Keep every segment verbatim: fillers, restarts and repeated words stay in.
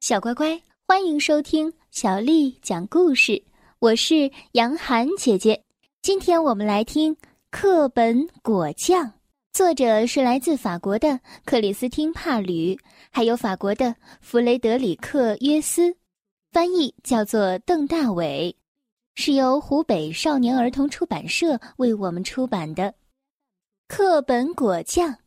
小乖乖，欢迎收听小丽讲故事，我是杨涵姐姐。今天我们来听课本果酱，作者是来自法国的克里斯汀·帕吕，还有法国的弗雷德里克·约斯，翻译叫做邓大伟，是由湖北少年儿童出版社为我们出版的。课本果酱。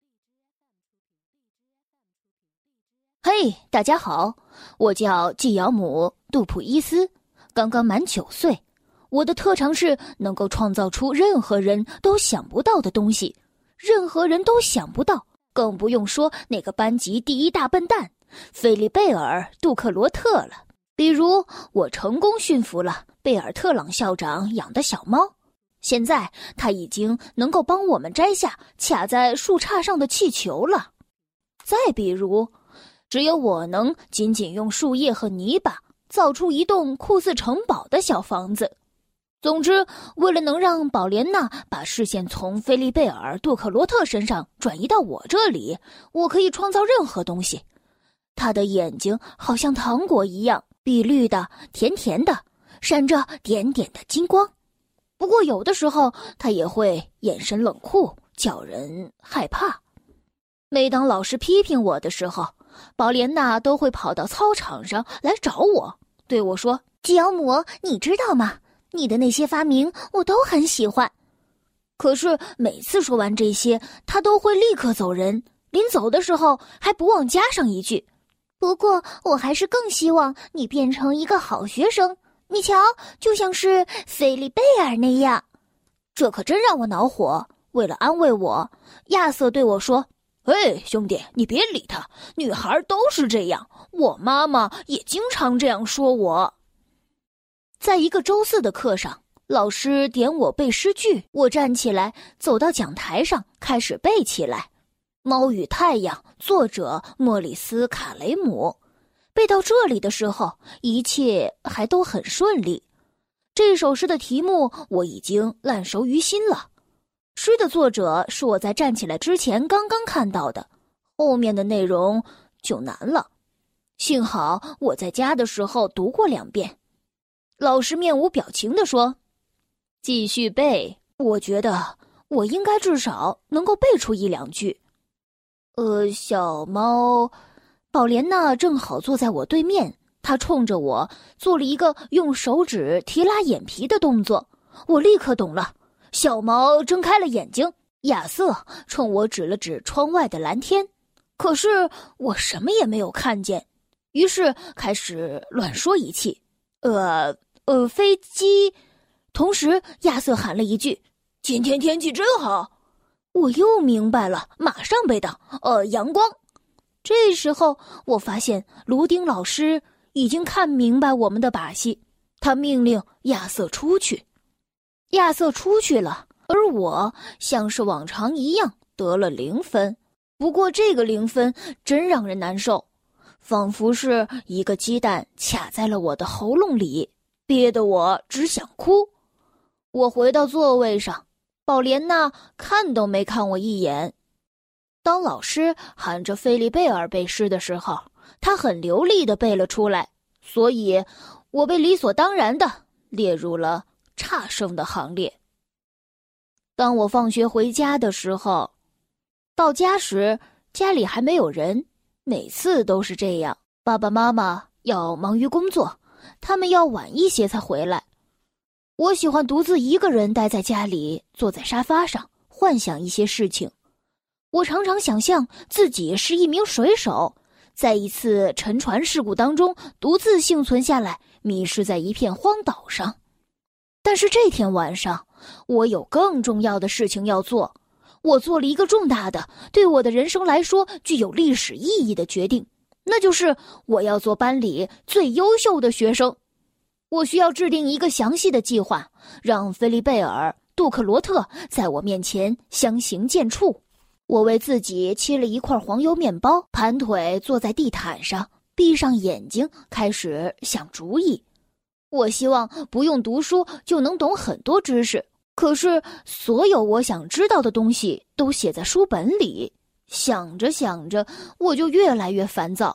嘿，大家好，我叫季尧姆·杜普伊斯，刚刚满九岁。我的特长是能够创造出任何人都想不到的东西，任何人都想不到，更不用说那个班级第一大笨蛋菲利贝尔·杜克罗特了。比如，我成功驯服了贝尔特朗校长养的小猫，现在他已经能够帮我们摘下卡在树杈上的气球了。再比如，只有我能仅仅用树叶和泥巴造出一栋酷似城堡的小房子。总之，为了能让宝莲娜把视线从菲利贝尔·杜克罗特身上转移到我这里，我可以创造任何东西。他的眼睛好像糖果一样，碧绿的，甜甜的，闪着点点的金光。不过有的时候，他也会眼神冷酷，叫人害怕。每当老师批评我的时候，宝莲娜都会跑到操场上来找我，对我说：“季尧姆，你知道吗？你的那些发明我都很喜欢。”可是每次说完这些，他都会立刻走人，临走的时候还不忘加上一句：“不过我还是更希望你变成一个好学生，你瞧，就像是菲利贝尔那样。”这可真让我恼火。为了安慰我，亚瑟对我说：“嘿，兄弟，你别理他，女孩都是这样，我妈妈也经常这样说我。”在一个周四的课上，老师点我背诗句，我站起来走到讲台上开始背起来。《猫与太阳》，作者莫里斯·卡雷姆。背到这里的时候，一切还都很顺利。这首诗的题目我已经烂熟于心了。诗的作者是我在站起来之前刚刚看到的，后面的内容就难了。幸好我在家的时候读过两遍。老师面无表情地说：“继续背，我觉得我应该至少能够背出一两句。”呃，小猫，宝莲娜正好坐在我对面，她冲着我做了一个用手指提拉眼皮的动作，我立刻懂了。小毛睁开了眼睛，亚瑟冲我指了指窗外的蓝天，可是我什么也没有看见，于是开始乱说一气。呃呃，飞机。同时，亚瑟喊了一句：“今天天气真好。”我又明白了，马上背道：“呃，阳光。”这时候，我发现卢丁老师已经看明白我们的把戏，他命令亚瑟出去。亚瑟出去了，而我像是往常一样得了零分。不过这个零分真让人难受，仿佛是一个鸡蛋卡在了我的喉咙里，憋得我只想哭。我回到座位上，宝莲娜看都没看我一眼。当老师喊着菲利贝尔背诗的时候，他很流利地背了出来，所以我被理所当然地列入了差生的行列。当我放学回家的时候，到家时家里还没有人，每次都是这样。爸爸妈妈要忙于工作，他们要晚一些才回来。我喜欢独自一个人待在家里，坐在沙发上，幻想一些事情。我常常想象自己是一名水手，在一次沉船事故当中独自幸存下来，迷失在一片荒岛上。但是这天晚上，我有更重要的事情要做。我做了一个重大的，对我的人生来说具有历史意义的决定，那就是我要做班里最优秀的学生。我需要制定一个详细的计划，让菲利贝尔·杜克罗特在我面前相形见绌。我为自己切了一块黄油面包，盘腿坐在地毯上，闭上眼睛，开始想主意。我希望不用读书就能懂很多知识，可是所有我想知道的东西都写在书本里。想着想着，我就越来越烦躁。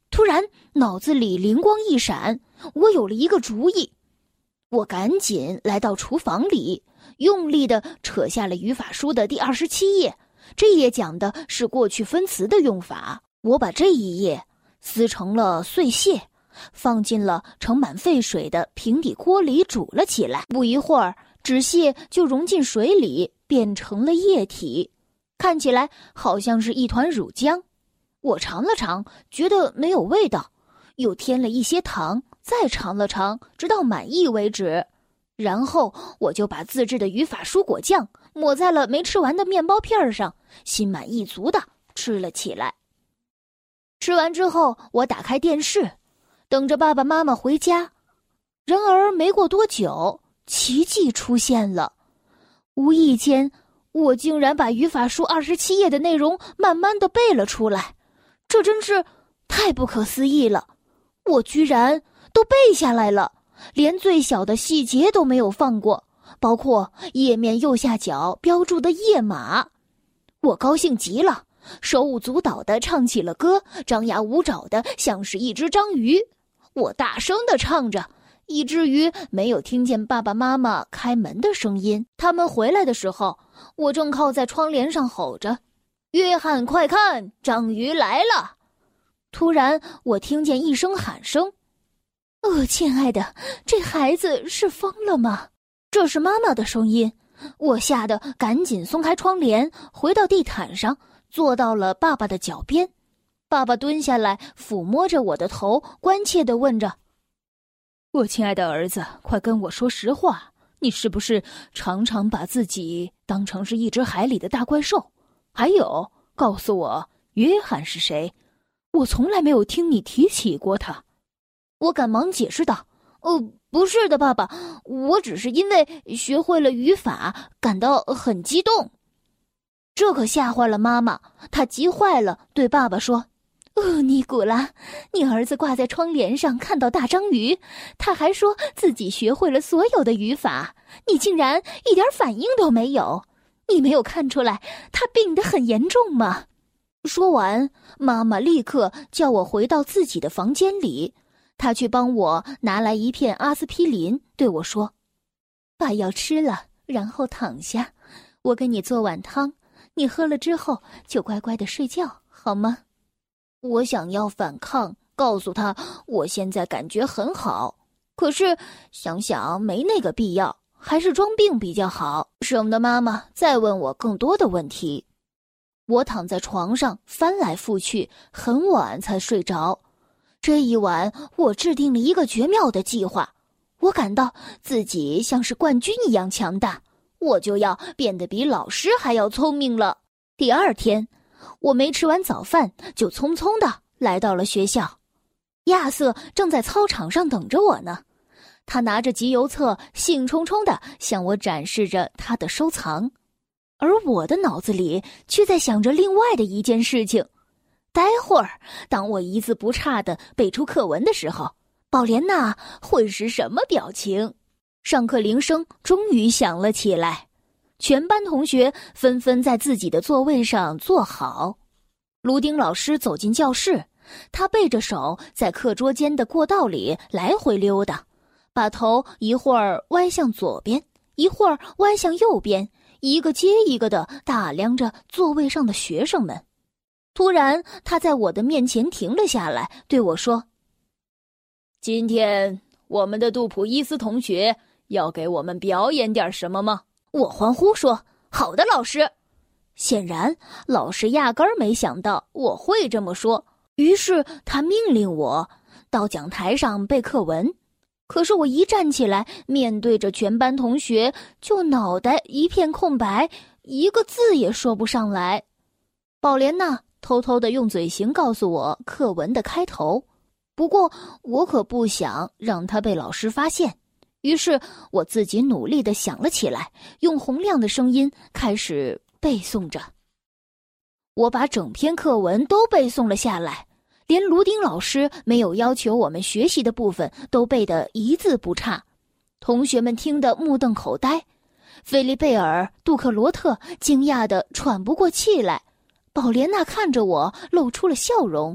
突然脑子里灵光一闪，我有了一个主意。我赶紧来到厨房里，用力地扯下了语法书的第二十七页，这页讲的是过去分词的用法。我把这一页撕成了碎屑，放进了盛满沸水的平底锅里煮了起来。不一会儿，纸屑就融进水里，变成了液体，看起来好像是一团乳浆。我尝了尝，觉得没有味道，又添了一些糖，再尝了尝，直到满意为止。然后我就把自制的语法书果酱抹在了没吃完的面包片上，心满意足地吃了起来。吃完之后，我打开电视，等着爸爸妈妈回家。然而没过多久，奇迹出现了。无意间，我竟然把语法书二十七页的内容慢慢地背了出来，这真是太不可思议了。我居然都背下来了，连最小的细节都没有放过，包括页面右下角标注的页码。我高兴极了，手舞足蹈地唱起了歌，张牙舞爪的像是一只章鱼。我大声地唱着，以至于没有听见爸爸妈妈开门的声音。他们回来的时候，我正靠在窗帘上吼着：“约翰，快看，章鱼来了！”突然，我听见一声喊声：“哦，亲爱的，这孩子是疯了吗？”这是妈妈的声音。我吓得赶紧松开窗帘，回到地毯上，坐到了爸爸的脚边。爸爸蹲下来，抚摸着我的头，关切地问着：“我亲爱的儿子，快跟我说实话，你是不是常常把自己当成是一只海里的大怪兽？还有，告诉我，约翰是谁？我从来没有听你提起过他。”我赶忙解释道：“哦，不是的，爸爸，我只是因为学会了语法，感到很激动。”这可吓坏了妈妈，她急坏了，对爸爸说：“哦，尼古拉，你儿子挂在窗帘上看到大章鱼，他还说自己学会了所有的语法，你竟然一点反应都没有，你没有看出来他病得很严重吗？”说完，妈妈立刻叫我回到自己的房间里，她去帮我拿来一片阿司匹林，对我说：“把药吃了，然后躺下，我给你做碗汤，你喝了之后就乖乖的睡觉，好吗？”我想要反抗，告诉他我现在感觉很好，可是想想没那个必要，还是装病比较好，省得妈妈再问我更多的问题。我躺在床上翻来覆去，很晚才睡着。这一晚，我制定了一个绝妙的计划。我感到自己像是冠军一样强大，我就要变得比老师还要聪明了。第二天，我没吃完早饭，就匆匆地来到了学校。亚瑟正在操场上等着我呢，他拿着集邮册，兴冲冲地向我展示着他的收藏。而我的脑子里却在想着另外的一件事情。待会儿，当我一字不差地背出课文的时候，宝莲娜会是什么表情？上课铃声终于响了起来，全班同学纷纷在自己的座位上坐好。卢丁老师走进教室，他背着手在课桌间的过道里来回溜达，把头一会儿歪向左边，一会儿歪向右边，一个接一个地打量着座位上的学生们。突然，他在我的面前停了下来，对我说：“今天我们的杜普伊斯同学要给我们表演点什么吗？”我欢呼说：“好的，老师。”显然，老师压根儿没想到我会这么说，于是他命令我到讲台上背课文。可是我一站起来，面对着全班同学，就脑袋一片空白，一个字也说不上来。宝莲娜偷偷地用嘴型告诉我课文的开头，不过我可不想让他被老师发现，于是我自己努力地想了起来，用洪亮的声音开始背诵着。我把整篇课文都背诵了下来，连卢丁老师没有要求我们学习的部分都背得一字不差。同学们听得目瞪口呆，菲利贝尔、杜克罗特惊讶得喘不过气来。宝莲娜看着我，露出了笑容。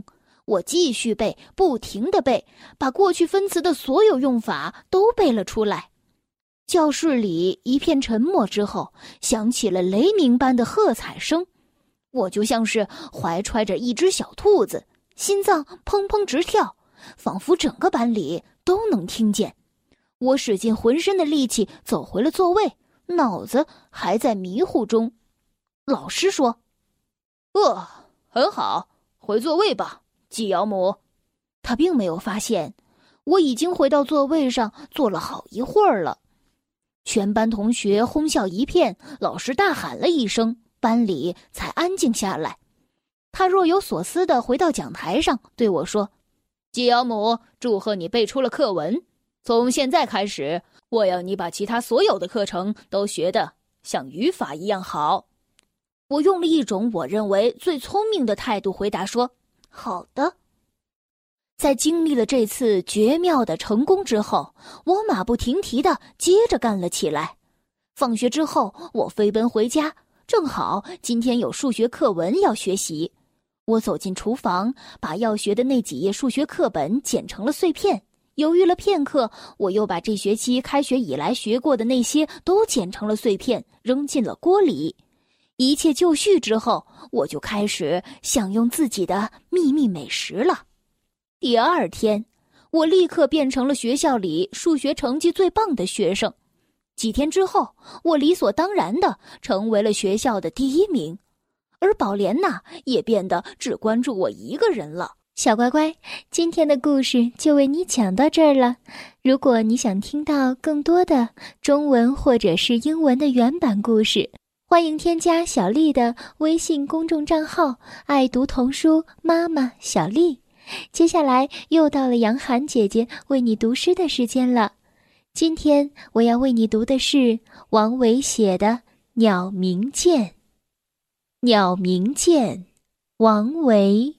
我继续背，不停地背，把过去分词的所有用法都背了出来。教室里一片沉默之后，响起了雷鸣般的喝彩声。我就像是怀揣着一只小兔子，心脏砰砰直跳，仿佛整个班里都能听见。我使尽浑身的力气走回了座位，脑子还在迷糊中。老师说：“呃，很好，回座位吧，纪尧姆。”他并没有发现，我已经回到座位上坐了好一会儿了。全班同学哄笑一片，老师大喊了一声，班里才安静下来。他若有所思地回到讲台上，对我说：“纪尧姆，祝贺你背出了课文。从现在开始，我要你把其他所有的课程都学得像语法一样好。”我用了一种我认为最聪明的态度回答说：“好的。”在经历了这次绝妙的成功之后，我马不停蹄地接着干了起来。放学之后，我飞奔回家，正好今天有数学课文要学习。我走进厨房，把要学的那几页数学课本剪成了碎片。犹豫了片刻，我又把这学期开学以来学过的那些都剪成了碎片，扔进了锅里。一切就绪之后，我就开始享用自己的秘密美食了。第二天，我立刻变成了学校里数学成绩最棒的学生。几天之后，我理所当然地成为了学校的第一名，而宝莲娜也变得只关注我一个人了。 小乖乖，今天的故事就为你讲到这儿了。如果你想听到更多的中文或者是英文的原版故事，欢迎添加小丽的微信公众账号爱读童书妈妈小丽。接下来又到了杨涵姐姐为你读诗的时间了。今天我要为你读的是王维写的《鸟鸣涧》。鸟鸣涧，王维。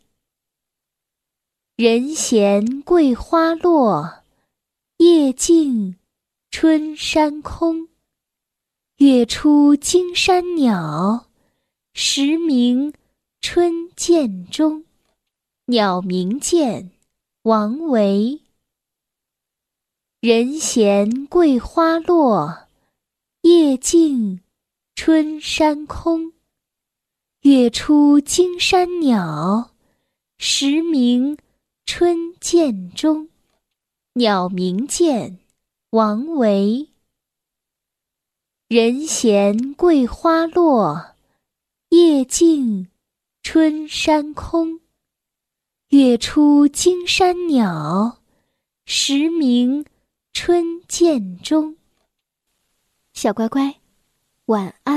人闲桂花落，夜静春山空。月出惊山鸟，时鸣春涧中。鸟鸣涧，王维。人闲桂花落，夜静春山空。月出惊山鸟，时鸣春涧中。鸟鸣涧，王维。人闲桂花落，夜静春山空。月出惊山鸟，时鸣春涧中。小乖乖，晚安。